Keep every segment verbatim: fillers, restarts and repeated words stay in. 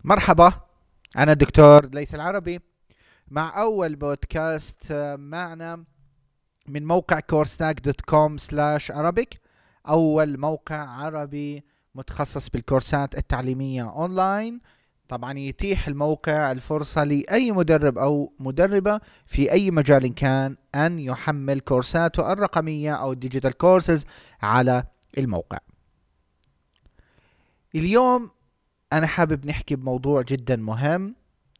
مرحبا، أنا الدكتور ليث العربي مع أول بودكاست آه، معنا من موقع كورسناك دوت كوم سلاش أرابيك. أول موقع عربي متخصص بالكورسات التعليمية أونلاين. طبعا يتيح الموقع الفرصة لأي مدرب أو مدربة في أي مجال كان أن يحمل كورساته الرقمية أو الديجيتال كورسز على الموقع. اليوم أنا حابب نحكي بموضوع جدا مهم،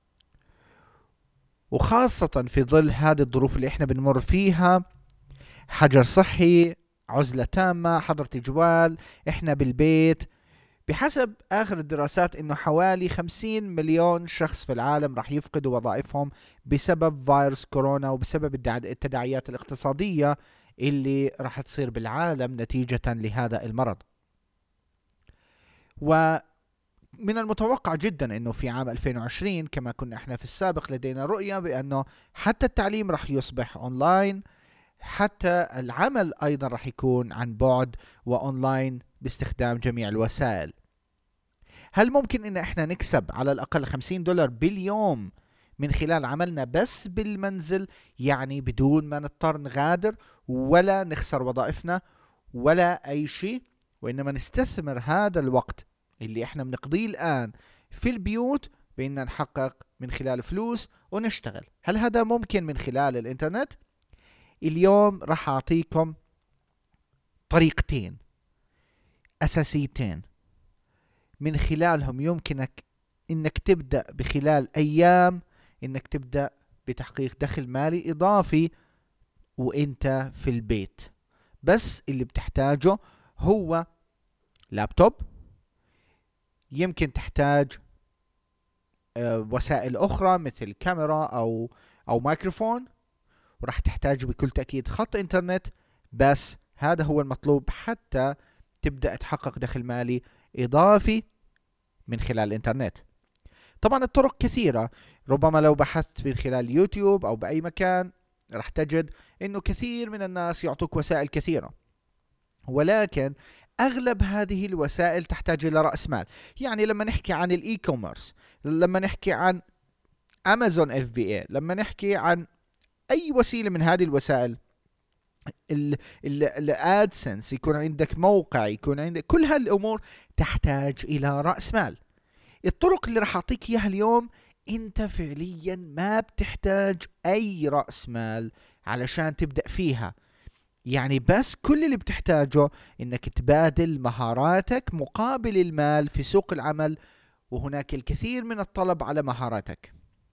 وخاصة في ظل هذه الظروف اللي احنا بنمر فيها: حجر صحي، عزلة تامة، حظر تجوال، احنا بالبيت. بحسب آخر الدراسات انه حوالي خمسين مليون شخص في العالم راح يفقدوا وظائفهم بسبب فيروس كورونا وبسبب الدع- التداعيات الاقتصادية اللي راح تصير بالعالم نتيجة لهذا المرض. و من المتوقع جدا انه في عام ألفين وعشرين كما كنا احنا في السابق لدينا رؤية بانه حتى التعليم رح يصبح اونلاين، حتى العمل ايضا رح يكون عن بعد واونلاين باستخدام جميع الوسائل. هل ممكن ان احنا نكسب على الاقل خمسين دولار باليوم من خلال عملنا بس بالمنزل، يعني بدون ما نضطر نغادر ولا نخسر وظائفنا ولا اي شيء، وانما نستثمر هذا الوقت اللي احنا بنقضيه الان في البيوت بان نحقق من خلال فلوس ونشتغل؟ هل هذا ممكن من خلال الانترنت؟ اليوم راح اعطيكم طريقتين اساسيتين من خلالهم يمكنك انك تبدأ بخلال ايام انك تبدأ بتحقيق دخل مالي اضافي وانت في البيت. بس اللي بتحتاجه هو لابتوب، يمكن تحتاج آه، وسائل أخرى مثل كاميرا أو أو ميكروفون، وراح تحتاج بكل تأكيد خط إنترنت. بس هذا هو المطلوب حتى تبدأ تحقق دخل مالي إضافي من خلال الإنترنت. طبعا الطرق كثيرة، ربما لو بحثت من خلال يوتيوب أو بأي مكان راح تجد أنه كثير من الناس يعطوك وسائل كثيرة، ولكن اغلب هذه الوسائل تحتاج الى راس مال. يعني لما نحكي عن الاي كوميرس، لما نحكي عن امازون اف بي اي، لما نحكي عن اي وسيله من هذه الوسائل، الادسنس، يكون عندك موقع، يكون عندك كل هالامور تحتاج الى راس مال. الطرق اللي راح اعطيك اياها اليوم انت فعليا ما بتحتاج اي راس مال علشان تبدا فيها. يعني بس كل اللي بتحتاجه انك تبادل مهاراتك مقابل المال في سوق العمل، وهناك الكثير من الطلب على مهاراتك.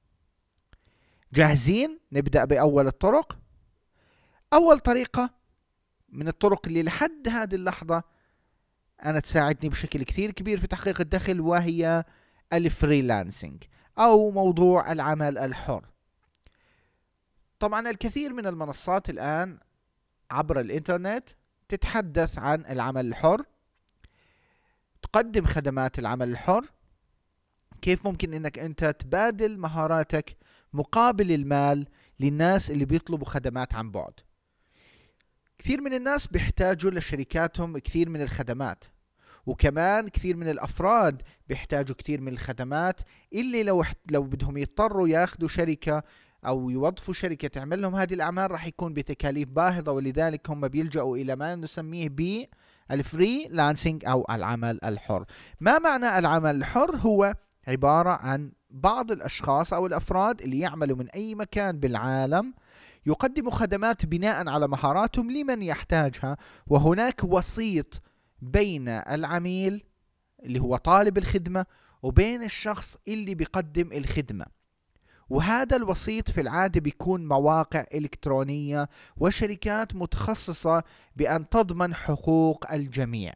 جاهزين؟ نبدأ بأول الطرق. أول طريقة من الطرق اللي لحد هذه اللحظة أنا تساعدني بشكل كثير كبير في تحقيق الدخل، وهي الفريلانسنج أو موضوع العمل الحر. طبعا الكثير من المنصات الآن عبر الإنترنت تتحدث عن العمل الحر، تقدم خدمات العمل الحر، كيف ممكن انك انت تبادل مهاراتك مقابل المال للناس اللي بيطلبوا خدمات عن بعد. كثير من الناس بيحتاجوا لشركاتهم كثير من الخدمات، وكمان كثير من الافراد بيحتاجوا كثير من الخدمات اللي لو لو بدهم يضطروا ياخذوا شركة او يوظفوا شركة تعمل لهم هذه الاعمال راح يكون بتكاليف باهظة، ولذلك هم بيلجأوا الى ما نسميه ب الفري لانسينج او العمل الحر. ما معنى العمل الحر؟ هو عبارة عن بعض الاشخاص او الافراد اللي يعملوا من اي مكان بالعالم، يقدموا خدمات بناء على مهاراتهم لمن يحتاجها، وهناك وسيط بين العميل اللي هو طالب الخدمة وبين الشخص اللي بيقدم الخدمة. وهذا الوسيط في العادة بيكون مواقع إلكترونية وشركات متخصصة بأن تضمن حقوق الجميع.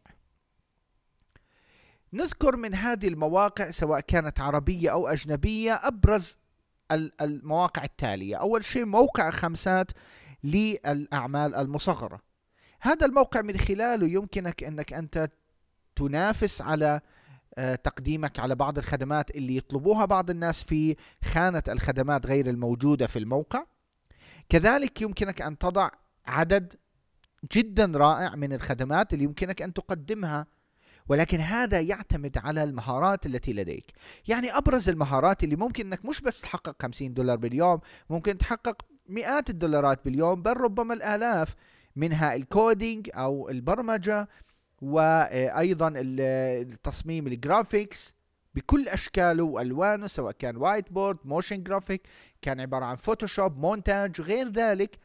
نذكر من هذه المواقع سواء كانت عربية أو أجنبية أبرز المواقع التالية. أول شيء موقع خمسات للأعمال المصغرة. هذا الموقع من خلاله يمكنك أنك أنت تنافس على تقديمك على بعض الخدمات اللي يطلبوها بعض الناس في خانة الخدمات غير الموجودة في الموقع. كذلك يمكنك أن تضع عدد جدا رائع من الخدمات اللي يمكنك أن تقدمها، ولكن هذا يعتمد على المهارات التي لديك. يعني أبرز المهارات اللي ممكن أنك مش بس تحقق خمسين دولار باليوم، ممكن تحقق مئات الدولارات باليوم، بل ربما الآلاف، منها الكودينج أو البرمجة، وأيضا التصميم الجرافيكس بكل أشكاله وألوانه، سواء كان وايت بورد، موشن جرافيك، كان عبارة عن فوتوشوب، مونتاج، غير ذلك.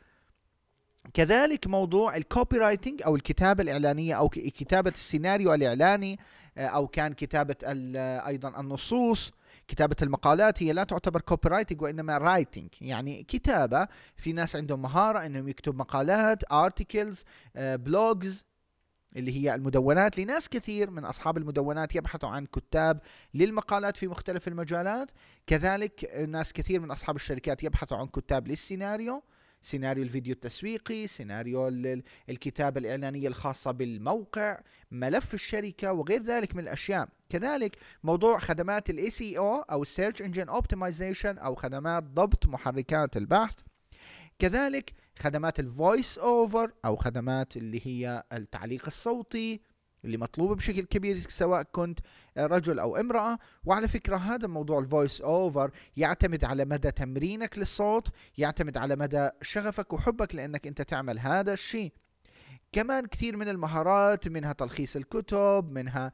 كذلك موضوع الكوبي رايتنج أو الكتابة الإعلانية أو كتابة السيناريو الإعلاني، أو كان كتابة أيضا النصوص. كتابة المقالات هي لا تعتبر كوبي رايتنج وإنما رايتنج، يعني كتابة. في ناس عندهم مهارة إنهم يكتب مقالات، ارتكلز، بلوجز اللي هي المدونات. لناس كثير من أصحاب المدونات يبحثوا عن كتاب للمقالات في مختلف المجالات. كذلك ناس كثير من أصحاب الشركات يبحثوا عن كتاب للسيناريو، سيناريو الفيديو التسويقي، سيناريو الكتابة الإعلانية الخاصة بالموقع، ملف الشركة، وغير ذلك من الأشياء. كذلك موضوع خدمات ال إس إي أو أو Search Engine Optimization أو خدمات ضبط محركات البحث. كذلك خدمات الفويس اوفر أو خدمات اللي هي التعليق الصوتي اللي مطلوبة بشكل كبير سواء كنت رجل أو امرأة. وعلى فكرة هذا موضوع الفويس اوفر يعتمد على مدى تمرينك للصوت، يعتمد على مدى شغفك وحبك لأنك أنت تعمل هذا الشيء. كمان كثير من المهارات، منها تلخيص الكتب، منها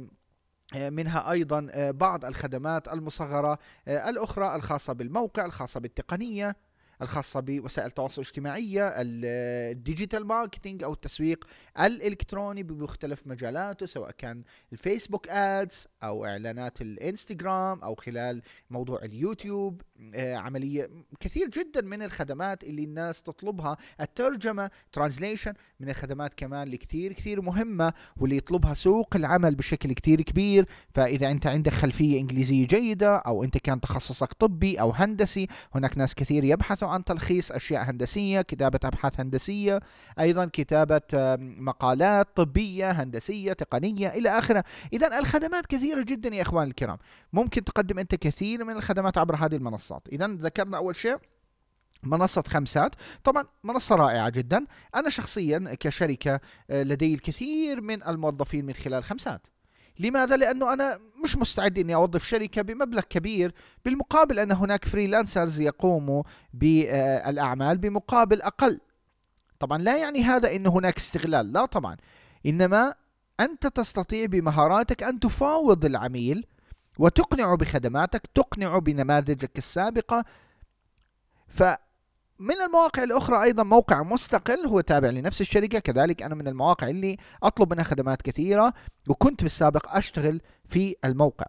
منها أيضا بعض الخدمات المصغرة الأخرى الخاصة بالموقع، الخاصة بالتقنية، الخاصة بوسائل التواصل الاجتماعية، الديجيتال ماركتينج أو التسويق الإلكتروني بمختلف مجالاته، سواء كان الفيسبوك آدز أو إعلانات الإنستغرام أو خلال موضوع اليوتيوب. آه عملية كثير جدا من الخدمات اللي الناس تطلبها. الترجمة ترانزليشن من الخدمات كمان اللي كثير كثير مهمة واللي يطلبها سوق العمل بشكل كثير كبير. فإذا أنت عندك خلفية إنجليزية جيدة أو أنت كان تخصصك طبي أو هندسي، هناك ناس كثير يبحثوا عن تلخيص أشياء هندسية، كتابة أبحاث هندسية، أيضا كتابة مقالات طبية هندسية تقنية إلى آخره. إذن الخدمات كثيرة جدا يا إخوان الكرام، ممكن تقدم أنت كثير من الخدمات عبر هذه المنصات. إذن ذكرنا أول شيء منصة خمسات، طبعا منصة رائعة جدا. أنا شخصيا كشركة لدي الكثير من الموظفين من خلال خمسات. لماذا؟ لأنه أنا مش مستعد أني أوظف شركة بمبلغ كبير بالمقابل أن هناك فريلانسرز يقوموا بالأعمال بمقابل أقل. طبعا لا يعني هذا أن هناك استغلال، لا طبعا، إنما أنت تستطيع بمهاراتك أن تفاوض العميل وتقنعه بخدماتك، تقنعه بنماذجك السابقة. ف من المواقع الأخرى أيضا موقع مستقل هو تابع لنفس الشركة، كذلك أنا من المواقع اللي أطلب منها خدمات كثيرة وكنت بالسابق أشتغل في الموقع.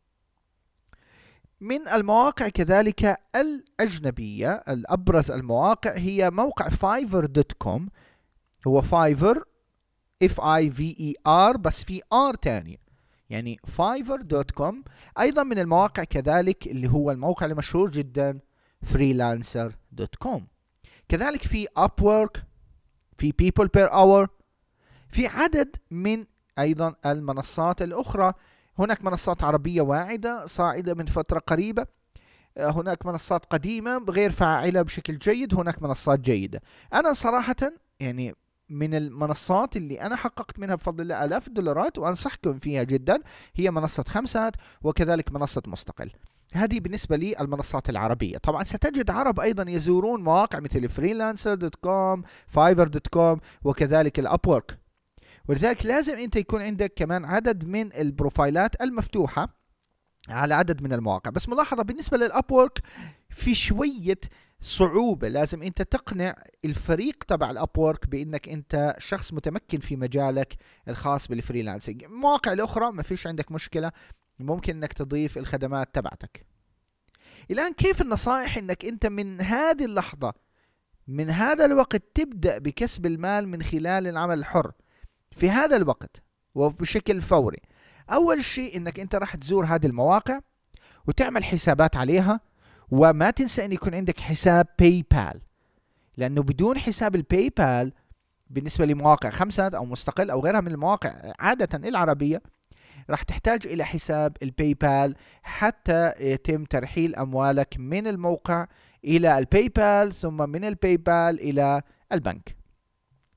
من المواقع كذلك الأجنبية الأبرز المواقع هي موقع فايفر دوت كوم. هو فايفر اف اي في اي ار بس في ار تانية، يعني فايفر دوت كوم. أيضا من المواقع كذلك اللي هو الموقع المشهور جدا فريلانسر دوت كوم. كذلك في Upwork، في People Per Hour، في عدد من أيضا المنصات الأخرى. هناك منصات عربية واعدة صاعدة من فترة قريبة، هناك منصات قديمة غير فاعلة بشكل جيد، هناك منصات جيدة. أنا صراحة يعني من المنصات اللي أنا حققت منها بفضل الله آلاف الدولارات وأنصحكم فيها جدا هي منصة خمسات وكذلك منصة مستقل. هذه بالنسبة لي المنصات العربية. طبعا ستجد عرب أيضا يزورون مواقع مثل فريلانسر دوت كوم، فايفر دوت كوم، وكذلك الأبورك. ولذلك لازم أنت يكون عندك كمان عدد من البروفايلات المفتوحة على عدد من المواقع. بس ملاحظة بالنسبة للأبورك في شوية صعوبة، لازم أنت تقنع الفريق تبع الأبورك بأنك أنت شخص متمكن في مجالك الخاص بالفريلانسنج. المواقع الأخرى ما فيش عندك مشكلة، ممكن أنك تضيف الخدمات تبعتك. الآن كيف النصائح أنك أنت من هذه اللحظة من هذا الوقت تبدأ بكسب المال من خلال العمل الحر في هذا الوقت وبشكل فوري؟ أول شيء أنك أنت راح تزور هذه المواقع وتعمل حسابات عليها، وما تنسى أن يكون عندك حساب باي بال، لأنه بدون حساب الباي بال بالنسبة لمواقع خمسات أو مستقل أو غيرها من المواقع عادة العربية راح تحتاج إلى حساب الباي بال حتى يتم ترحيل أموالك من الموقع إلى الباي بال ثم من الباي بال إلى البنك.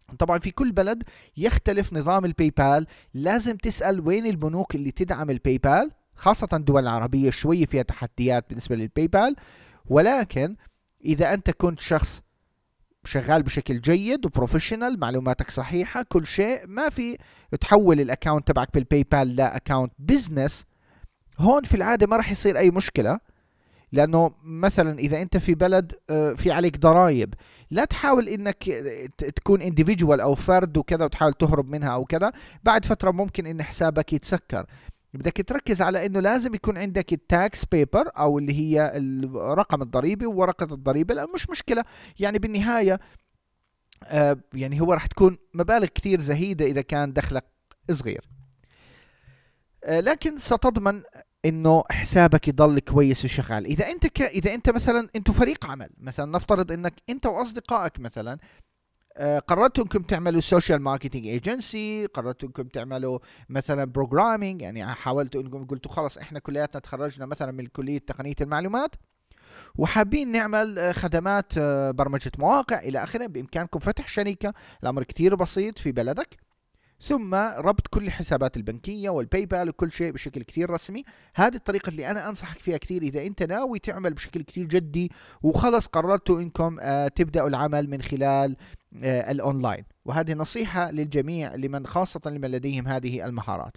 طبعا في كل بلد يختلف نظام الباي بال. لازم تسأل وين البنوك اللي تدعم الباي بال، خاصة الدول العربية شوية فيها تحديات بالنسبة للباي بال. ولكن إذا أنت كنت شخص شغال بشكل جيد وبروفيشنال، معلوماتك صحيحة، كل شيء، ما في تحول الاكاونت تبعك بالباي بال لاكاونت بزنس، هون في العادة ما راح يصير أي مشكلة. لأنه مثلا إذا أنت في بلد في عليك ضرائب، لا تحاول إنك تكون individual أو فرد وكذا وتحاول تهرب منها أو كذا. بعد فترة ممكن إن حسابك يتسكر. بدك تركز على إنه لازم يكون عندك التاكس بيبر أو اللي هي الرقم الضريبي وورقة الضريبة. لا مش مشكلة، يعني بالنهاية آه يعني هو راح تكون مبالغ كتير زهيدة إذا كان دخلك صغير، آه لكن ستضمن انه حسابك يضل كويس وشغال. اذا انت ك... اذا انت مثلا انتوا فريق عمل، مثلا نفترض انك انت واصدقائك مثلا آه قررتوا انكم تعملوا سوشيال ماركتنج ايجنسي، قررتوا انكم تعملوا مثلا بروجرامينج، يعني حاولتوا انكم قلتوا خلص احنا كلياتنا تخرجنا مثلا من كلية تقنية المعلومات وحابين نعمل خدمات آه برمجة مواقع الى اخره، بامكانكم فتح شركة. الامر كتير بسيط في بلدك، ثم ربط كل الحسابات البنكية والباي بال وكل شيء بشكل كثير رسمي. هذه الطريقة اللي أنا أنصحك فيها كثير إذا أنت ناوي تعمل بشكل كثير جدي وخلص قررتوا أنكم آه تبدأوا العمل من خلال آه الأونلاين. وهذه نصيحة للجميع، لمن خاصة لمن لديهم هذه المهارات.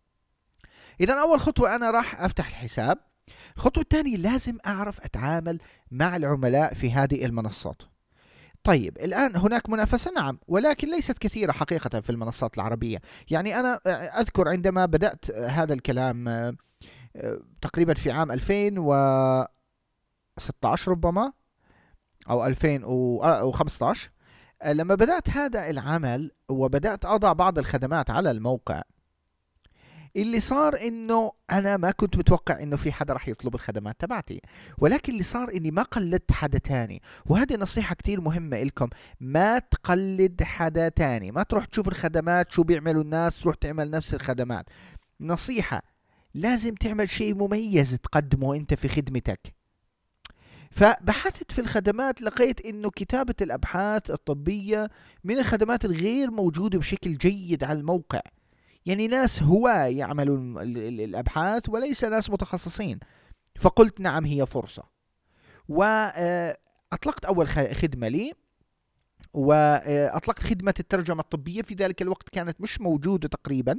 إذا أول خطوة أنا راح أفتح الحساب. الخطوة الثانية لازم أعرف أتعامل مع العملاء في هذه المنصات. طيب الآن هناك منافسة، نعم، ولكن ليست كثيرة حقيقة في المنصات العربية. يعني أنا أذكر عندما بدأت هذا الكلام تقريبا في عام ألفين وستة عشر ربما أو ألفين وخمسة عشر، لما بدأت هذا العمل وبدأت أضع بعض الخدمات على الموقع، اللي صار انه انا ما كنت متوقع انه في حدا رح يطلب الخدمات تبعتي، ولكن اللي صار اني ما قلدت حدا تاني. وهذه نصيحة كتير مهمة لكم، ما تقلد حدا تاني، ما تروح تشوف الخدمات شو بيعملوا الناس تروح تعمل نفس الخدمات. نصيحة، لازم تعمل شيء مميز تقدمه انت في خدمتك. فبحثت في الخدمات، لقيت انه كتابة الابحاث الطبية من الخدمات الغير موجودة بشكل جيد على الموقع. يعني ناس هواة يعملون الأبحاث وليس ناس متخصصين. فقلت نعم هي فرصة، وأطلقت أول خدمة لي، وأطلقت خدمة الترجمة الطبية. في ذلك الوقت كانت مش موجودة تقريبا،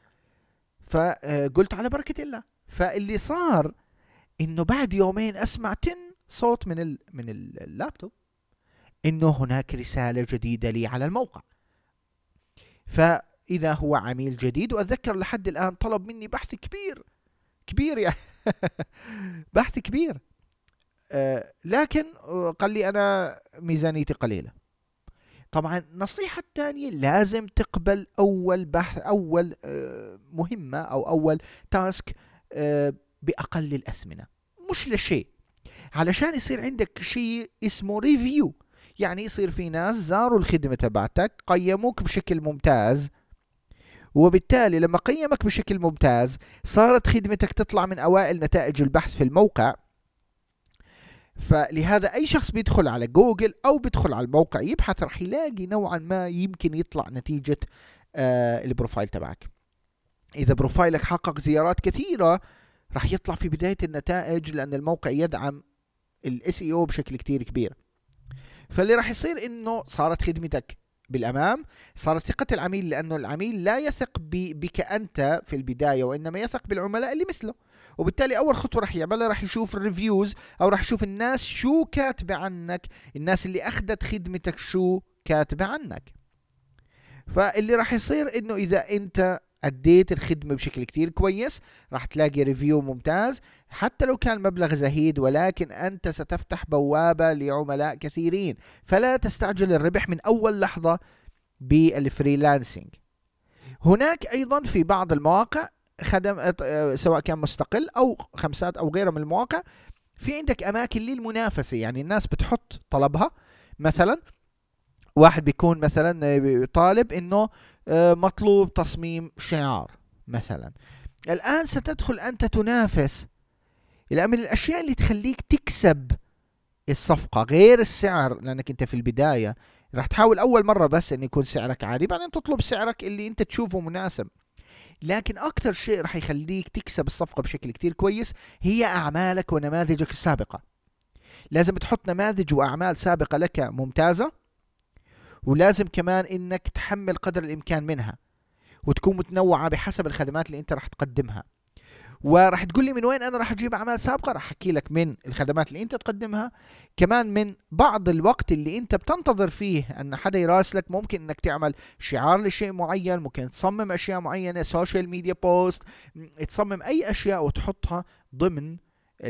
فقلت على بركة الله. فاللي صار إنه بعد يومين أسمع تن صوت من ال من اللابتوب إنه هناك رسالة جديدة لي على الموقع. ف إذا هو عميل جديد، وأتذكر لحد الآن طلب مني بحث كبير كبير يعني بحث كبير، آه لكن قال لي أنا ميزانيتي قليلة. طبعا النصيحة الثانية لازم تقبل أول بحث، أول آه مهمة أو أول تاسك آه بأقل الأثمنة، مش لشيء، علشان يصير عندك شيء اسمه ريفيو. يعني يصير في ناس زاروا الخدمة تبعتك قيموك بشكل ممتاز، وبالتالي لما قيمك بشكل ممتاز صارت خدمتك تطلع من أوائل نتائج البحث في الموقع. فلهذا أي شخص بيدخل على جوجل أو بيدخل على الموقع يبحث رح يلاقي نوعا ما يمكن يطلع نتيجة آه البروفايل تبعك. إذا بروفايلك حقق زيارات كثيرة رح يطلع في بداية النتائج، لأن الموقع يدعم الاس اي او بشكل كتير كبير. فاللي رح يصير إنه صارت خدمتك بالأمام، صارت ثقة العميل، لأنه العميل لا يثق بك أنت في البداية وإنما يثق بالعملاء اللي مثله. وبالتالي أول خطوة رح يعملها رح يشوف الريفيوز، أو رح يشوف الناس شو كاتبة عنك، الناس اللي أخذت خدمتك شو كاتبة عنك. فاللي رح يصير إنه إذا أنت أديت الخدمة بشكل كتير كويس رح تلاقي ريفيو ممتاز، حتى لو كان مبلغ زهيد، ولكن أنت ستفتح بوابة لعملاء كثيرين. فلا تستعجل الربح من أول لحظة بالفريلانسينج. هناك أيضا في بعض المواقع خدم سواء كان مستقل أو خمسات أو غيره من المواقع، في عندك أماكن للمنافسة. يعني الناس بتحط طلبها، مثلا واحد بيكون مثلا طالب إنه مطلوب تصميم شعار مثلا، الآن ستدخل أنت تنافس. من الأشياء اللي تخليك تكسب الصفقة غير السعر، لأنك أنت في البداية راح تحاول أول مرة بس أن يكون سعرك عادي، بعدين تطلب سعرك اللي أنت تشوفه مناسب. لكن أكتر شيء راح يخليك تكسب الصفقة بشكل كتير كويس هي أعمالك ونماذجك السابقة. لازم تحط نماذج وأعمال سابقة لك ممتازة، ولازم كمان إنك تحمل قدر الإمكان منها، وتكون متنوعة بحسب الخدمات اللي أنت راح تقدمها. وراح تقول لي من وين أنا راح أجيب أعمال سابقة؟ راح أحكي لك من الخدمات اللي أنت تقدمها، كمان من بعض الوقت اللي أنت بتنتظر فيه أن حدا يراسلك. ممكن أنك تعمل شعار لشيء معين، ممكن تصمم أشياء معينة، سوشيال ميديا بوست، تصمم أي أشياء وتحطها ضمن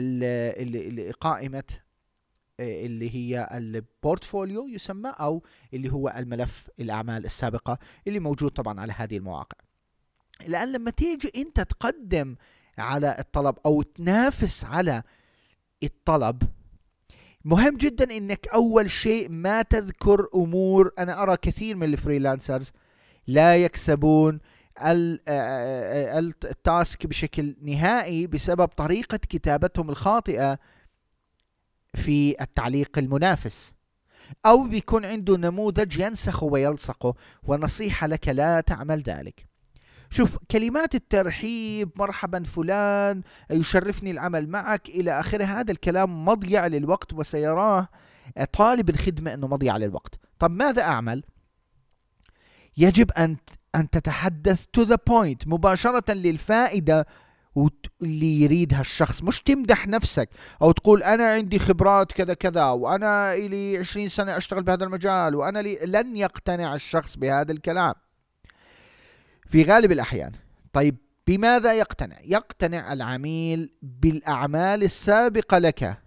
قائمة اللي هي البورتفوليو يسمى، أو اللي هو الملف الأعمال السابقة اللي موجود طبعا على هذه المواقع. لأن لما تيجي أنت تقدم على الطلب أو تنافس على الطلب، مهم جدا أنك أول شيء ما تذكر أمور. أنا أرى كثير من الفريلانسرز لا يكسبون التاسك بشكل نهائي بسبب طريقة كتابتهم الخاطئة في التعليق المنافس، أو بيكون عنده نموذج ينسخه ويلصقه. ونصيحة لك، لا تعمل ذلك. شوف، كلمات الترحيب، مرحبا فلان، يشرفني العمل معك، إلى آخره، هذا الكلام مضيع للوقت، وسيراه طالب الخدمة أنه مضيع للوقت. طب ماذا أعمل؟ يجب أن أن تتحدث to the point، مباشرة للفائدة اللي يريدها الشخص. مش تمدح نفسك أو تقول أنا عندي خبرات كذا كذا، وأنا إلي عشرين سنة أشتغل بهذا المجال، وأنا لي. لن يقتنع الشخص بهذا الكلام في غالب الأحيان. طيب بماذا يقتنع؟ يقتنع العميل بالأعمال السابقة لك،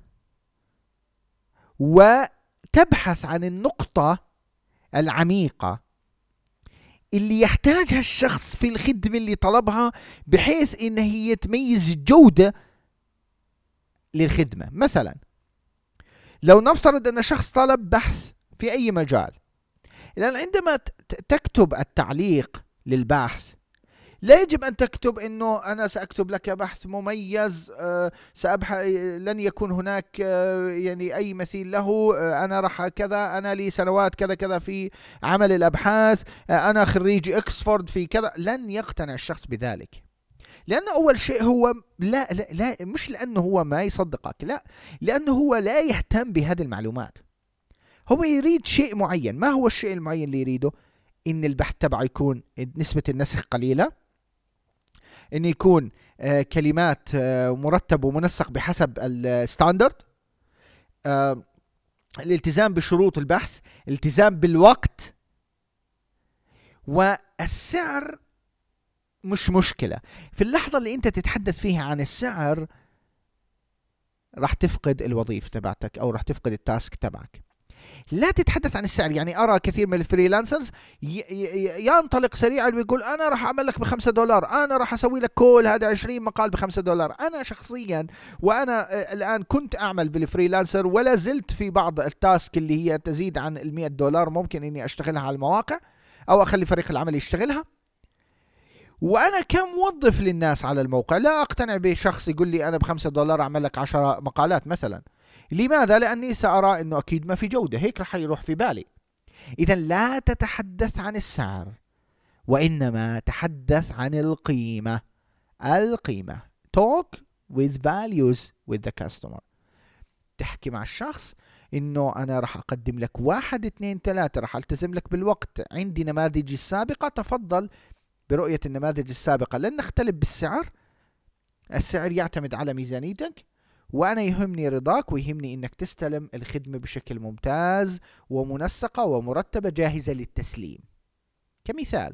وتبحث عن النقطة العميقة اللي يحتاجها الشخص في الخدمة اللي طلبها، بحيث إن هي تميز جودة للخدمة. مثلا لو نفترض أن شخص طلب بحث في أي مجال، لأن عندما تكتب التعليق للبحث لا يجب أن تكتب إنه أنا سأكتب لك بحث مميز، أه سأبحث، لن يكون هناك أه يعني أي مثيل له، أه أنا راح كذا، أنا لي سنوات كذا كذا في عمل الأبحاث، أه أنا خريج إكسفورد في كذا. لن يقتنع الشخص بذلك، لأنه أول شيء هو لا, لا, لا مش لأنه هو ما يصدقك، لا، لأنه هو لا يهتم بهذه المعلومات. هو يريد شيء معين. ما هو الشيء المعين اللي يريده؟ إن البحث تبعه يكون نسبة النسخ قليلة، إن يكون آه كلمات آه مرتب ومنسق بحسب الستاندرد، آه الالتزام بشروط البحث، الالتزام بالوقت، والسعر مش مشكلة. في اللحظة اللي انت تتحدث فيها عن السعر راح تفقد الوظيفة تبعتك، او راح تفقد التاسك تبعك. لا تتحدث عن السعر. يعني أرى كثير من الفريلانسرز ينطلق سريعا ويقول أنا راح أعمل لك بخمسة دولار، أنا راح أسوي لك كل هذا عشرين مقال بخمسة دولار. أنا شخصيا، وأنا الآن كنت أعمل بالفريلانسر ولا زلت في بعض التاسك اللي هي تزيد عن المئة دولار، ممكن إني أشتغلها على المواقع أو أخلي فريق العمل يشتغلها، وأنا كموظف للناس على الموقع لا أقتنع بشخص يقول لي أنا بخمسة دولار أعمل لك عشر مقالات مثلا. لماذا؟ لأني سأرى أنه أكيد ما في جودة، هيك رح يروح في بالي. إذا لا تتحدث عن السعر، وإنما تحدث عن القيمة. القيمة talk with values with the customer. تحكي مع الشخص إنه أنا رح أقدم لك واحد اثنين ثلاثة، رح ألتزم لك بالوقت، عندي نماذج السابقة، تفضل برؤية النماذج السابقة. لن نختلف بالسعر، السعر يعتمد على ميزانيتك، وأنا يهمني رضاك، ويهمني إنك تستلم الخدمة بشكل ممتاز ومنسقة ومرتبة جاهزة للتسليم. كمثال،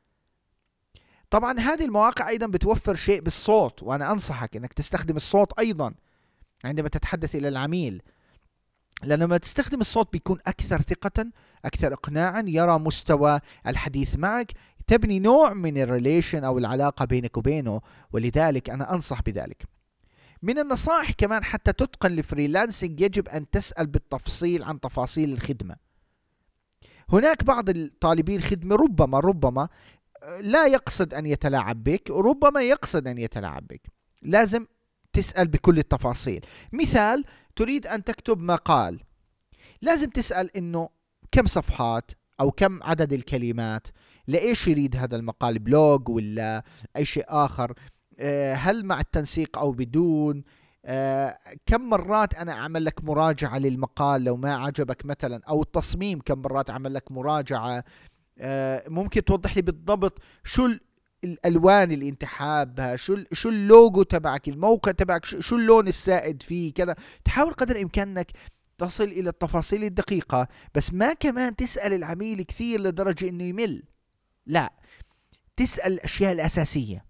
طبعا هذه المواقع أيضا بتوفر شيء بالصوت، وأنا أنصحك إنك تستخدم الصوت أيضا عندما تتحدث إلى العميل، لأنما تستخدم الصوت بيكون أكثر ثقة، أكثر إقناعا، يرى مستوى الحديث معك، تبني نوع من الريليشن أو العلاقة بينك وبينه، ولذلك أنا أنصح بذلك. من النصائح كمان حتى تتقن الفريلانسنج، يجب أن تسأل بالتفصيل عن تفاصيل الخدمة. هناك بعض الطالبين الخدمة ربما ربما لا يقصد أن يتلاعب بك، وربما يقصد أن يتلاعب بك. لازم تسأل بكل التفاصيل. مثال، تريد أن تكتب مقال، لازم تسأل إنه كم صفحات أو كم عدد الكلمات، لإيش يريد هذا المقال، بلوج ولا أي شيء آخر، آه، هل مع التنسيق أو بدون، آه، كم مرات أنا أعمل لك مراجعة للمقال لو ما عجبك مثلا، أو التصميم كم مرات أعمل لك مراجعة، آه، ممكن توضح لي بالضبط شو ال- الالوان اللي انت حابها، شو ال- شو اللوجو تبعك، الموقع تبعك، شو شو اللون السائد فيه كذا. تحاول قدر الامكان تصل الى التفاصيل الدقيقة، بس ما كمان تسأل العميل كثير لدرجة انه يمل. لا، تسأل الاشياء الاساسية،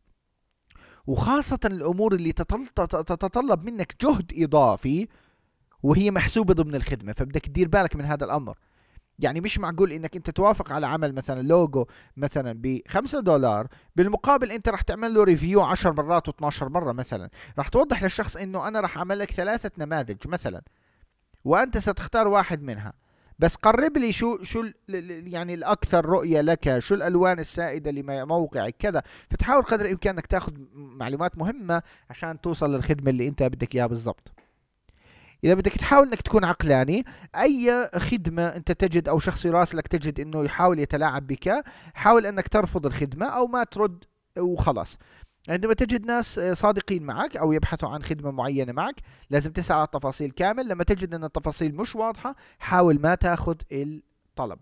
وخاصة الامور اللي تطل- تت- تتطلب منك جهد اضافي وهي محسوبة ضمن الخدمة، فبدك تدير بالك من هذا الامر. يعني مش معقول انك انت توافق على عمل مثلا لوجو مثلا ب خمسة دولار، بالمقابل انت راح تعمل له ريفيو عشر مرات و12 مرة مثلا، راح توضح للشخص انه انا راح اعمل لك ثلاثة نماذج مثلا، وانت ستختار واحد منها، بس قرب لي شو شو ال- ال- يعني الاكثر رؤية لك، شو الالوان السائدة لموقعك كذا. فتحاول قدر الامكان انك تاخذ معلومات مهمة عشان توصل للخدمة اللي انت بدك اياها بالضبط. اذا بدك تحاول انك تكون عقلاني، اي خدمة انت تجد او شخص يراسلك تجد انه يحاول يتلاعب بك، حاول انك ترفض الخدمة او ما ترد وخلاص. عندما تجد ناس صادقين معك او يبحثوا عن خدمة معينة معك، لازم تسأل على التفاصيل كامل. لما تجد ان التفاصيل مش واضحة، حاول ما تاخذ الطلب.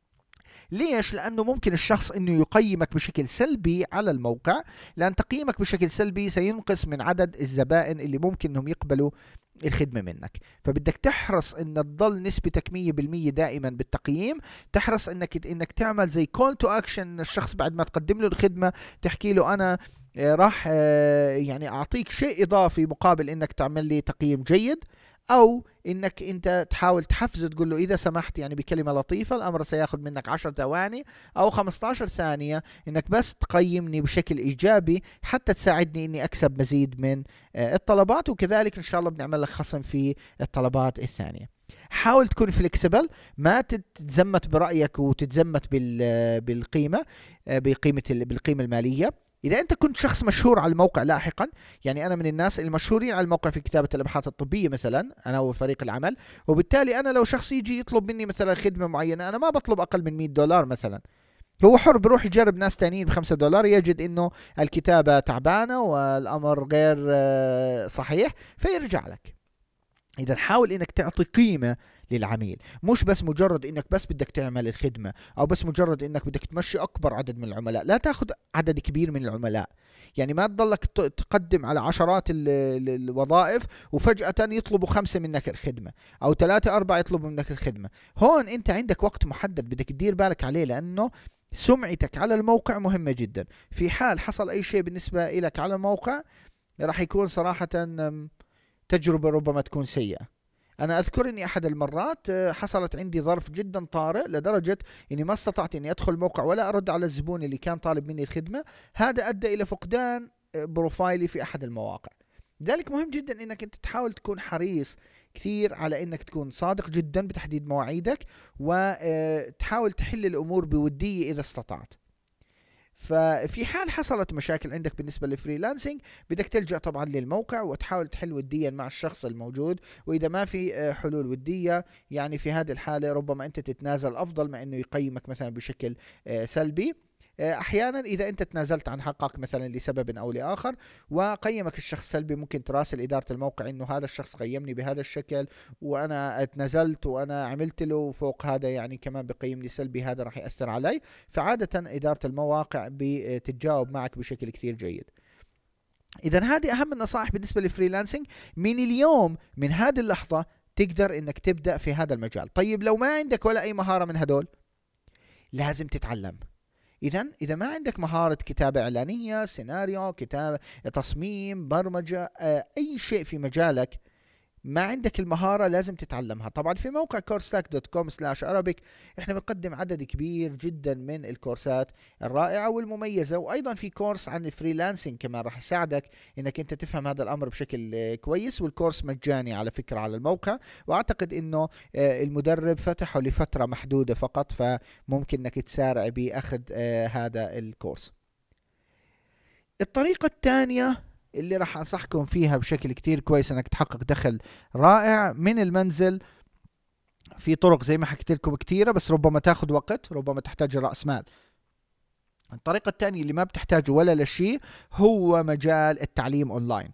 ليش؟ لأنه ممكن الشخص أنه يقيمك بشكل سلبي على الموقع، لأن تقييمك بشكل سلبي سينقص من عدد الزبائن اللي ممكن أنهم يقبلوا الخدمة منك. فبدك تحرص ان تضل نسبتك مية بالمية دائما بالتقييم. تحرص انك انك تعمل زي كول تو اكشن، الشخص بعد ما تقدم له الخدمة تحكي له انا آه، راح آه، يعني اعطيك شيء اضافي مقابل انك تعمل لي تقييم جيد، او انك انت تحاول تحفزه تقول له اذا سمحت يعني بكلمة لطيفة، الامر سياخذ منك عشر ثواني او خمستاشر ثانية، انك بس تقيمني بشكل ايجابي حتى تساعدني اني اكسب مزيد من آه، الطلبات، وكذلك ان شاء الله بنعمل لك خصم في الطلبات الثانية. حاول تكون فليكسبل، ما تتزمت برأيك وتتزمت بال- بالقيمة، آه، بقيمة ال- بالقيمة المالية. إذا أنت كنت شخص مشهور على الموقع لاحقا، يعني أنا من الناس المشهورين على الموقع في كتابة الأبحاث الطبية مثلا، أنا وفريق العمل، وبالتالي أنا لو شخص يجي يطلب مني مثلا خدمة معينة، أنا ما بطلب أقل من مية دولار مثلا. هو حر بروح يجرب ناس تانيين بخمسة دولار، يجد انه الكتابة تعبانة والامر غير آه، صحيح، فيرجع لك. اذا حاول انك تعطي قيمة للعميل، مش بس مجرد انك بس بدك تعمل الخدمة، او بس مجرد انك بدك تمشي اكبر عدد من العملاء. لا تاخذ عدد كبير من العملاء، يعني ما تضلك ت- تقدم على عشرات ال- ال- الوظائف وفجأة يطلبوا خمسة منك الخدمة، او ثلاثة اربعة يطلبوا منك الخدمة. هون انت عندك وقت محدد بدك تدير بالك عليه، لانه سمعتك على الموقع مهمة جدا. في حال حصل أي شيء بالنسبة لك على الموقع، راح يكون صراحة أم، تجربة ربما تكون سيئة. أنا أذكر أني أحد المرات آه، حصلت عندي ظرف جدا طارئ لدرجة أني ما استطعت أني أدخل الموقع ولا أرد على الزبون اللي كان طالب مني الخدمة. هذا أدى إلى فقدان آه، بروفايلي في أحد المواقع. لذلك مهم جدا أنك أنت تحاول تكون حريص كثير على أنك تكون صادق جدا بتحديد مواعيدك، وتحاول تحل الأمور بودية إذا استطعت. ففي حال حصلت مشاكل عندك بالنسبة للفريلانسنج، بدك تلجأ طبعا للموقع وتحاول تحل وديا مع الشخص الموجود. وإذا ما في آه، حلول ودية، يعني في هذه الحالة ربما أنت تتنازل أفضل ما أنه يقيمك مثلا بشكل آه، سلبي. آه، احيانا اذا انت تنازلت عن حقك مثلا لسبب او لاخر، وقيمك الشخص سلبي، ممكن تراسل اداره الموقع انه هذا الشخص قيمني بهذا الشكل وانا اتنازلت وانا عملت له فوق هذا، يعني كمان بقيمني سلبي، هذا راح ياثر علي. فعاده اداره المواقع بتتجاوب معك بشكل كثير جيد. اذا هذه اهم النصائح بالنسبه للفريلانسنج. من اليوم، من هذه اللحظه، تقدر انك تبدا في هذا المجال. طيب لو ما عندك ولا اي مهاره من هدول، لازم تتعلم. إذا إذا ما عندك مهارة كتابة إعلانية، سيناريو، كتابة، تصميم، برمجة، آه، أي شيء في مجالك، ما عندك المهارة لازم تتعلمها. طبعا في موقع كورسات دوت كوم سلاش أرابيك احنا بنقدم عدد كبير جدا من الكورسات الرائعة والمميزة، وايضا في كورس عن الفريلانسنج كمان راح يساعدك انك انت تفهم هذا الامر بشكل آه، كويس. والكورس مجاني على فكرة على الموقع، واعتقد انه آه، المدرب فتحه لفترة محدودة فقط، فممكن انك تسارع باخذ آه، هذا الكورس. الطريقة الثانية اللي راح أنصحكم فيها بشكل كتير كويس أنك تحقق دخل رائع من المنزل، في طرق زي ما حكيت لكم كتيرة، بس ربما تاخد وقت، ربما تحتاج رأس مال. الطريقة الثانية اللي ما بتحتاج ولا لشيء هو مجال التعليم اونلاين.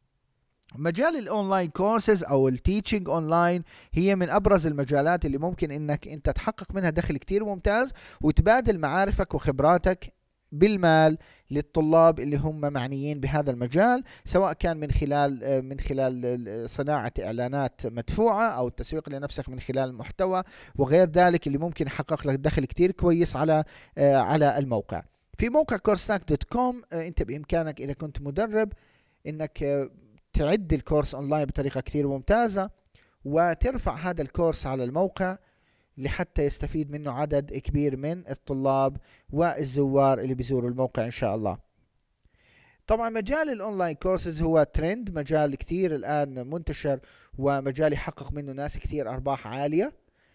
مجال الاونلاين كورسز او التيتشنج اونلاين هي من ابرز المجالات اللي ممكن انك انت تحقق منها دخل كتير ممتاز، وتبادل معارفك وخبراتك بالمال للطلاب اللي هم معنيين بهذا المجال، سواء كان من خلال من خلال صناعة إعلانات مدفوعة أو التسويق لنفسك من خلال المحتوى وغير ذلك، اللي ممكن يحقق لك دخل كتير كويس على على الموقع. في موقع كورسناك دوت كوم أنت بإمكانك إذا كنت مدرب إنك تعد الكورس أونلاين بطريقة كتير ممتازة، وترفع هذا الكورس على الموقع لحتى يستفيد منه عدد كبير من الطلاب والزوار اللي بيزوروا الموقع إن شاء الله. طبعا مجال الأونلاين كورسز هو ترند، مجال كتير الآن منتشر، ومجال يحقق منه ناس كتير أرباح عالية.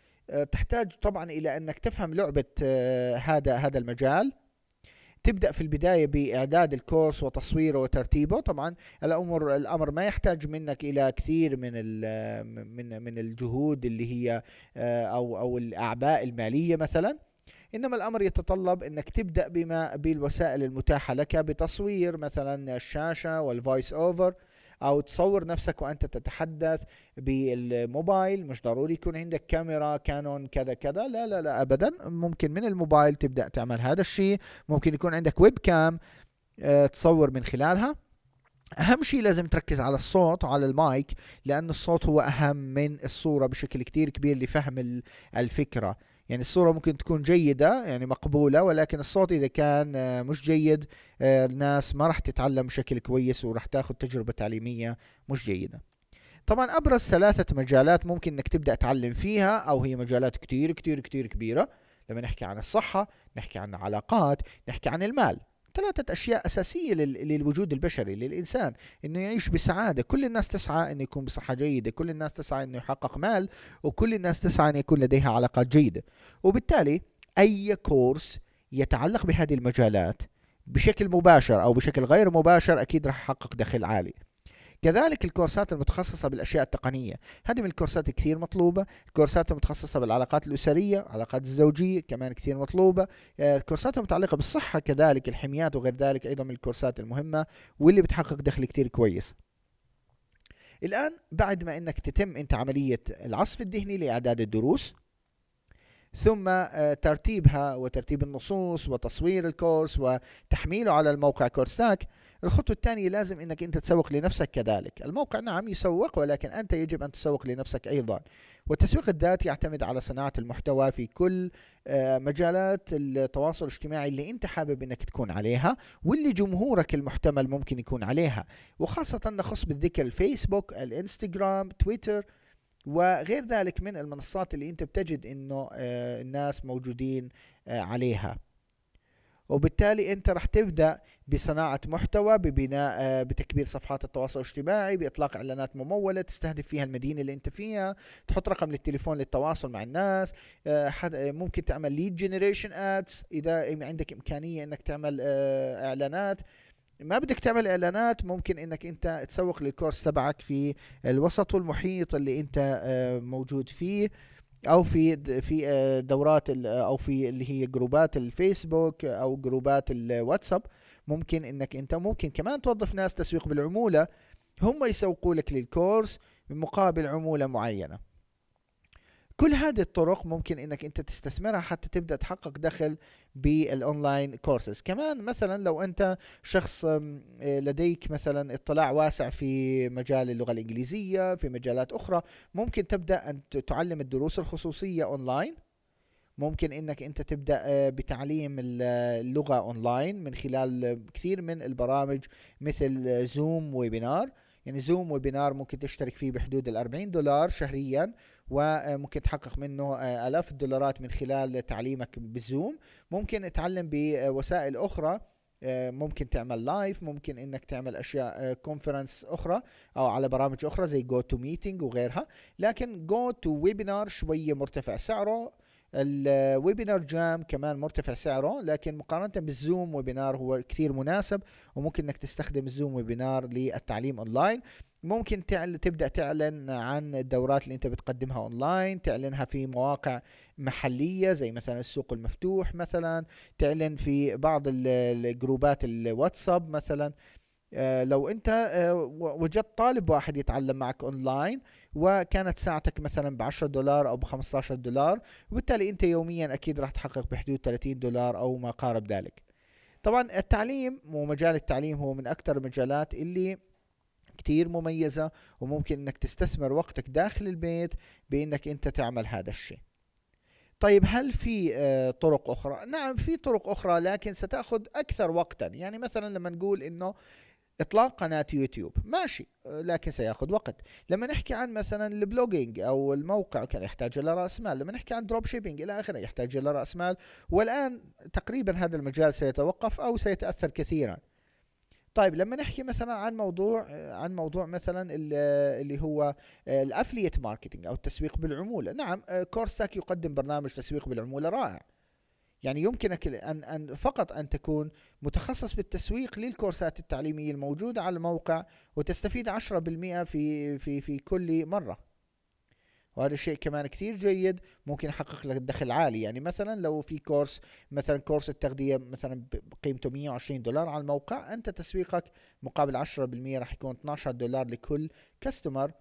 تحتاج طبعا إلى أنك تفهم لعبة هذا هذا المجال. تبدأ في البداية بإعداد الكورس وتصويره وترتيبه. طبعا الأمر الأمر ما يحتاج منك إلى كثير من من من الجهود اللي هي أو أو الأعباء المالية مثلا، إنما الأمر يتطلب أنك تبدأ بما بالوسائل المتاحة لك، بتصوير مثلا الشاشة والفويس أوفر، أو تصور نفسك وأنت تتحدث بالموبايل. مش ضروري يكون عندك كاميرا كانون كذا كذا، لا لا لا أبدا، ممكن من الموبايل تبدأ تعمل هذا الشيء. ممكن يكون عندك ويب كام اه تصور من خلالها. أهم شيء لازم تركز على الصوت وعلى المايك، لأن الصوت هو أهم من الصورة بشكل كتير كبير لفهم الفكرة. يعني الصورة ممكن تكون جيدة يعني مقبولة، ولكن الصوت إذا كان مش جيد الناس ما راح تتعلم بشكل كويس، وراح تاخد تجربة تعليمية مش جيدة. طبعا أبرز ثلاثة مجالات ممكن إنك تبدأ تعلم فيها، أو هي مجالات كتير كتير كتير كبيرة. لما نحكي عن الصحة، نحكي عن العلاقات، نحكي عن المال. ثلاثة أشياء أساسية للوجود البشري للإنسان، إنه يعيش بسعادة. كل الناس تسعى إنه يكون بصحة جيدة، كل الناس تسعى إنه يحقق مال، وكل الناس تسعى أن يكون لديها علاقات جيدة. وبالتالي أي كورس يتعلق بهذه المجالات بشكل مباشر أو بشكل غير مباشر أكيد راح يحقق دخل عالي. كذلك الكورسات المتخصصة بالأشياء التقنية، هذه من الكورسات كثير مطلوبة. الكورسات المتخصصة بالعلاقات الأسرية، العلاقات الزوجية كمان كثير مطلوبة. الكورسات المتعلقة بالصحة كذلك، الحميات وغير ذلك أيضا من الكورسات المهمة واللي بتحقق دخل كثير كويس. الآن بعد ما أنك تتم أنت عملية العصف الذهني لإعداد الدروس، ثم ترتيبها وترتيب النصوص وتصوير الكورس وتحميله على الموقع كورساك، الخطوة الثانية لازم انك انت تسوق لنفسك كذلك. الموقع نعم يسوق، ولكن انت يجب ان تسوق لنفسك ايضا. والتسويق الذاتي يعتمد على صناعة المحتوى في كل مجالات التواصل الاجتماعي اللي انت حابب انك تكون عليها، واللي جمهورك المحتمل ممكن يكون عليها، وخاصة نخص بالذكر الفيسبوك، الانستغرام، تويتر وغير ذلك من المنصات اللي انت بتجد انه الناس موجودين عليها. وبالتالي انت رح تبدأ بصناعة محتوى، ببناء بتكبير صفحات التواصل الاجتماعي، بإطلاق إعلانات ممولة تستهدف فيها المدينة اللي انت فيها، تحط رقم للتليفون للتواصل مع الناس. ممكن تعمل ليد جنريشن ادز إذا عندك إمكانية انك تعمل إعلانات. ما بدك تعمل إعلانات، ممكن انك انت تسوق للكورس تبعك في الوسط والمحيط اللي انت موجود فيه، او في في دورات او في اللي هي جروبات الفيسبوك او جروبات الواتساب. ممكن انك انت ممكن كمان توظف ناس تسويق بالعمولة، هم يسوقوا لك للكورس بمقابل عمولة معينة. كل هذه الطرق ممكن انك انت تستثمرها حتى تبدأ تحقق دخل بالاونلاين كورسز. كمان مثلا لو انت شخص لديك مثلا اطلاع واسع في مجال اللغة الانجليزية، في مجالات اخرى، ممكن تبدأ ان تعلم الدروس الخصوصية اونلاين. ممكن انك انت تبدأ بتعليم اللغة اونلاين من خلال كثير من البرامج مثل زوم ويبينار. يعني زوم ويبينار ممكن تشترك فيه بحدود الأربعين دولار شهريا، وممكن تحقق منه آلاف الدولارات من خلال تعليمك بالزوم. ممكن تتعلم بوسائل أخرى، ممكن تعمل لايف، ممكن انك تعمل اشياء كونفرنس اخرى او على برامج اخرى زي جو تو ميتينج وغيرها. لكن جو تو ويبينار شوية مرتفع سعره، الويبينار جام كمان مرتفع سعره، لكن مقارنة بالزوم ويبينار هو كثير مناسب، وممكن انك تستخدم الزوم ويبينار للتعليم اونلاين. ممكن تعل تبدأ تعلن عن الدورات اللي انت بتقدمها اونلاين، تعلنها في مواقع محلية زي مثلا السوق المفتوح مثلا، تعلن في بعض ال- الجروبات الواتساب مثلا. آه، لو انت آه، و- وجدت طالب واحد يتعلم معك اونلاين، وكانت ساعتك مثلا ب عشرة دولار او ب خمسة عشر دولار، وبالتالي انت يوميا اكيد راح تحقق بحدود ثلاثين دولار او ما قارب ذلك. طبعا التعليم ومجال التعليم هو من اكثر المجالات اللي كتير مميزة، وممكن انك تستثمر وقتك داخل البيت بانك انت تعمل هذا الشيء. طيب هل في آه، طرق اخرى؟ نعم في طرق اخرى، لكن ستأخذ اكثر وقتا. يعني مثلا لما نقول انه اطلاق قناة يوتيوب ماشي، آه، لكن سياخذ وقت. لما نحكي عن مثلا البلوجينج او الموقع كان يحتاج الى راس مال. لما نحكي عن دروب شيبينج الى اخره يحتاج الى راس مال. والان تقريبا هذا المجال سيتوقف او سيتاثر كثيرا. طيب لما نحكي مثلا عن موضوع آه، عن موضوع مثلا ال- آه، اللي هو الافليت ماركتينج او التسويق بالعمولة. نعم آه، كورساك يقدم برنامج تسويق بالعمولة رائع. يعني يمكنك أن أن فقط أن تكون متخصص بالتسويق للكورسات التعليمية الموجودة على الموقع، وتستفيد عشرة بالمئة في في في كل مرة. وهذا الشيء كمان كثير جيد، ممكن يحقق لك دخل عالي. يعني مثلا لو في كورس، مثلا كورس التغذية مثلا بقيمته مئة وعشرين دولار على الموقع، أنت تسويقك مقابل عشرة بالمئة راح يكون اثني عشر دولار لكل كاستمر.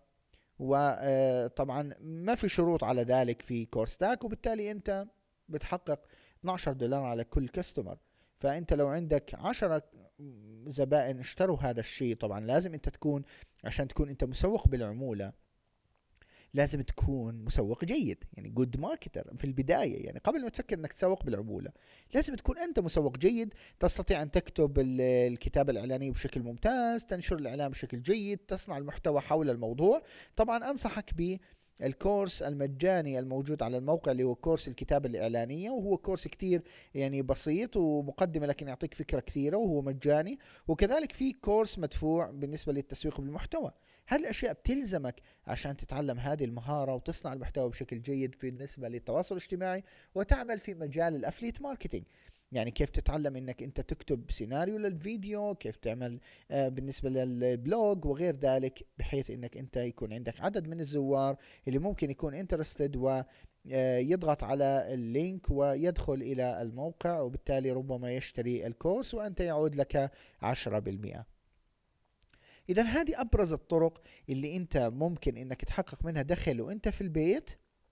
وطبعا ما في شروط على ذلك في كورستاك، وبالتالي أنت بتحقق اثني عشر دولار على كل كاستمر. فانت لو عندك عشرة زبائن اشتروا هذا الشيء، طبعا لازم انت تكون، عشان تكون انت مسوق بالعمولة لازم تكون مسوق جيد، يعني جود ماركتر في البداية. يعني قبل ما تفكر انك تسوق بالعمولة لازم تكون انت مسوق جيد، تستطيع ان تكتب ال- الكتابة الاعلانية بشكل ممتاز، تنشر الاعلان بشكل جيد، تصنع المحتوى حول الموضوع. طبعا انصحك ب الكورس المجاني الموجود على الموقع اللي هو كورس الكتابة الإعلانية، وهو كورس كتير يعني بسيط ومقدمة لكن يعطيك فكرة كثيرة وهو مجاني. وكذلك في كورس مدفوع بالنسبة للتسويق بالمحتوى. هذه الأشياء بتلزمك عشان تتعلم هذه المهارة وتصنع المحتوى بشكل جيد بالنسبة للتواصل الاجتماعي، وتعمل في مجال الأفليت ماركتينج. يعني كيف تتعلم انك انت تكتب سيناريو للفيديو، كيف تعمل آه بالنسبة للبلوج وغير ذلك، بحيث انك انت يكون عندك عدد من الزوار اللي ممكن يكون انترستد ويضغط على اللينك ويدخل الى الموقع، وبالتالي ربما يشتري الكورس وانت يعود لك عشرة بالمئة. اذا هذه ابرز الطرق اللي انت ممكن انك تحقق منها دخل وانت في البيت.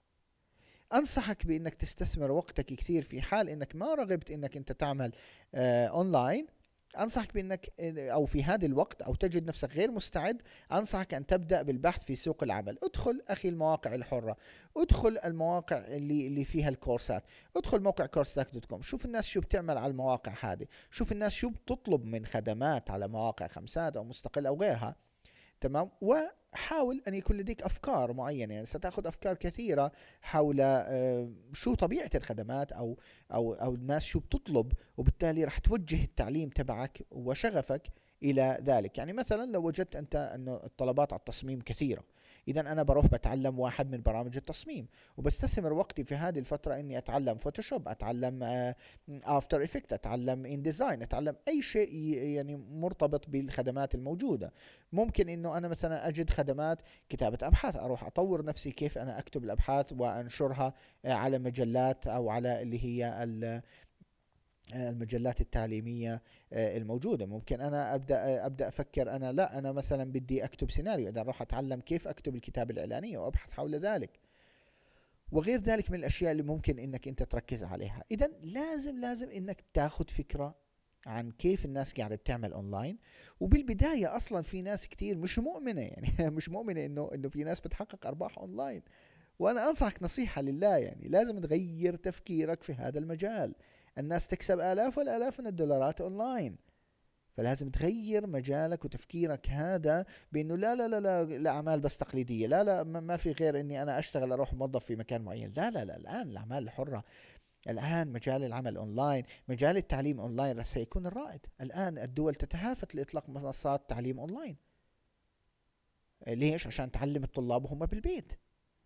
انصحك بانك تستثمر وقتك كثير في حال انك ما رغبت انك انت تعمل آه اونلاين. انصحك بانك آه، او في هذا الوقت او تجد نفسك غير مستعد، انصحك ان تبدا بالبحث في سوق العمل. ادخل اخي المواقع الحره، ادخل المواقع اللي اللي فيها الكورسات. ادخل موقع كورسات دوت كوم، شوف الناس شو بتعمل على المواقع هذه، شوف الناس شو بتطلب من خدمات على مواقع خمسات او مستقل او غيرها. تمام. وحاول أن يكون لديك أفكار معينة، يعني ستأخذ أفكار كثيرة حول آه، شو طبيعة الخدمات أو أو أو الناس شو بتطلب، وبالتالي راح توجه التعليم تبعك وشغفك إلى ذلك. يعني مثلا لو وجدت أنت أنه الطلبات على التصميم كثيرة، إذا أنا بروح بتعلم واحد من برامج التصميم، وبستثمر وقتي في هذه الفترة إني أتعلم فوتوشوب، أتعلم افتر افكت، أتعلم ان ديزاين، أتعلم أي شيء ي- يعني مرتبط بالخدمات الموجودة. ممكن انه انا مثلا اجد خدمات كتابة ابحاث، اروح اطور نفسي كيف انا اكتب الابحاث وانشرها آه، على مجلات او على اللي هي ال- آه، المجلات التعليمية آه، الموجودة. ممكن انا ابدا آه، ابدا افكر انا، لا انا مثلا بدي اكتب سيناريو، اذا اروح اتعلم كيف اكتب الكتابة الاعلانية وابحث حول ذلك، وغير ذلك من الاشياء اللي ممكن انك انت تركز عليها. اذا لازم لازم انك تاخذ فكرة عن كيف الناس قاعدة بتعمل اونلاين. وبالبداية اصلا في ناس كتير مش مؤمنة، يعني مش مؤمنة انه انه في ناس بتحقق ارباح اونلاين. وانا انصحك نصيحة لله، يعني لازم تغير تفكيرك في هذا المجال. الناس تكسب الاف والالاف من الدولارات اونلاين، فلازم تغير مجالك وتفكيرك هذا، بانه لا لا لا لا الاعمال بس تقليديه، لا لا ما ما في غير اني انا اشتغل اروح موظف في مكان معين. لا لا لا، الان الاعمال الحره، الان مجال العمل اونلاين، مجال التعليم اونلاين سيكون الرائد. الان الدول تتهافت لاطلاق منصات تعليم اونلاين. ليش؟ عشان تعلم الطلاب وهم بالبيت.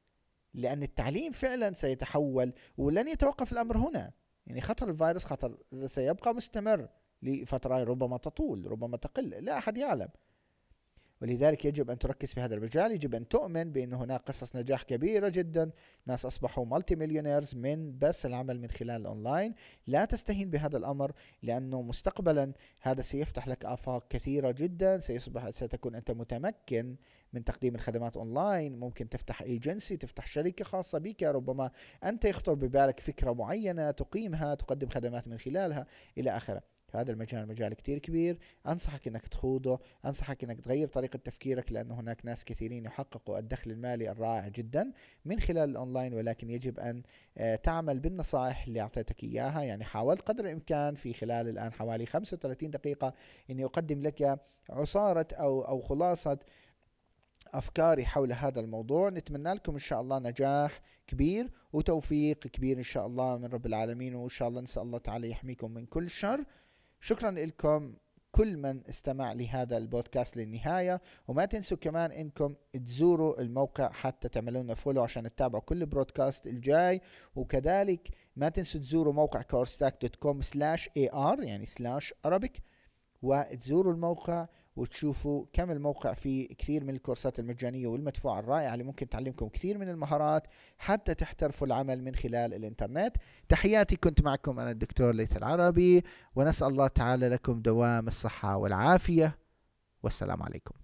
لأن التعليم فعلا سيتحول، ولن يتوقف الأمر هنا. يعني خطر الفيروس خطر سيبقى مستمر لفترة ربما تطول ربما تقل، لا أحد يعلم. ولذلك يجب أن تركز في هذا المجال، يجب أن تؤمن بأن هناك قصص نجاح كبيرة جدا، ناس أصبحوا مالتي مليونيرز من بس العمل من خلال الأونلاين. لا تستهين بهذا الأمر، لأنه مستقبلا هذا سيفتح لك آفاق كثيرة جدا. سيصبح ستكون أنت متمكن من تقديم الخدمات أونلاين، ممكن تفتح ايجنسي، تفتح شركة خاصة بك، ربما أنت يخطر ببالك فكرة معينة تقيمها، تقدم خدمات من خلالها إلى آخره. هذا المجال مجال كتير كبير، أنصحك أنك تخوضه، أنصحك أنك تغير طريقة تفكيرك، لأن هناك ناس كثيرين يحققوا الدخل المالي الرائع جدا من خلال الأونلاين. ولكن يجب أن تعمل بالنصائح اللي أعطيتك إياها. يعني حاولت قدر الإمكان في خلال الآن حوالي خمسة وثلاثين دقيقة أني أقدم لك عصارة أو, أو خلاصة أفكاري حول هذا الموضوع. نتمنى لكم إن شاء الله نجاح كبير وتوفيق كبير إن شاء الله من رب العالمين، وإن شاء الله نسأل الله تعالى يحميكم من كل شر. شكرا لكم كل من استمع لهذا البودكاست للنهاية، وما تنسوا كمان انكم تزوروا الموقع حتى تعملون فولو عشان تتابعوا كل برودكاست الجاي. وكذلك ما تنسوا تزوروا موقع كورستاك دوت كوم سلاش اي ار يعني سلاش Arabic، وتزوروا الموقع وتشوفوا كم الموقع فيه كثير من الكورسات المجانية والمدفوعة الرائعة اللي ممكن تعلمكم كثير من المهارات حتى تحترفوا العمل من خلال الإنترنت. تحياتي، كنت معكم أنا الدكتور ليث العربي، ونسأل الله تعالى لكم دوام الصحة والعافية، والسلام عليكم.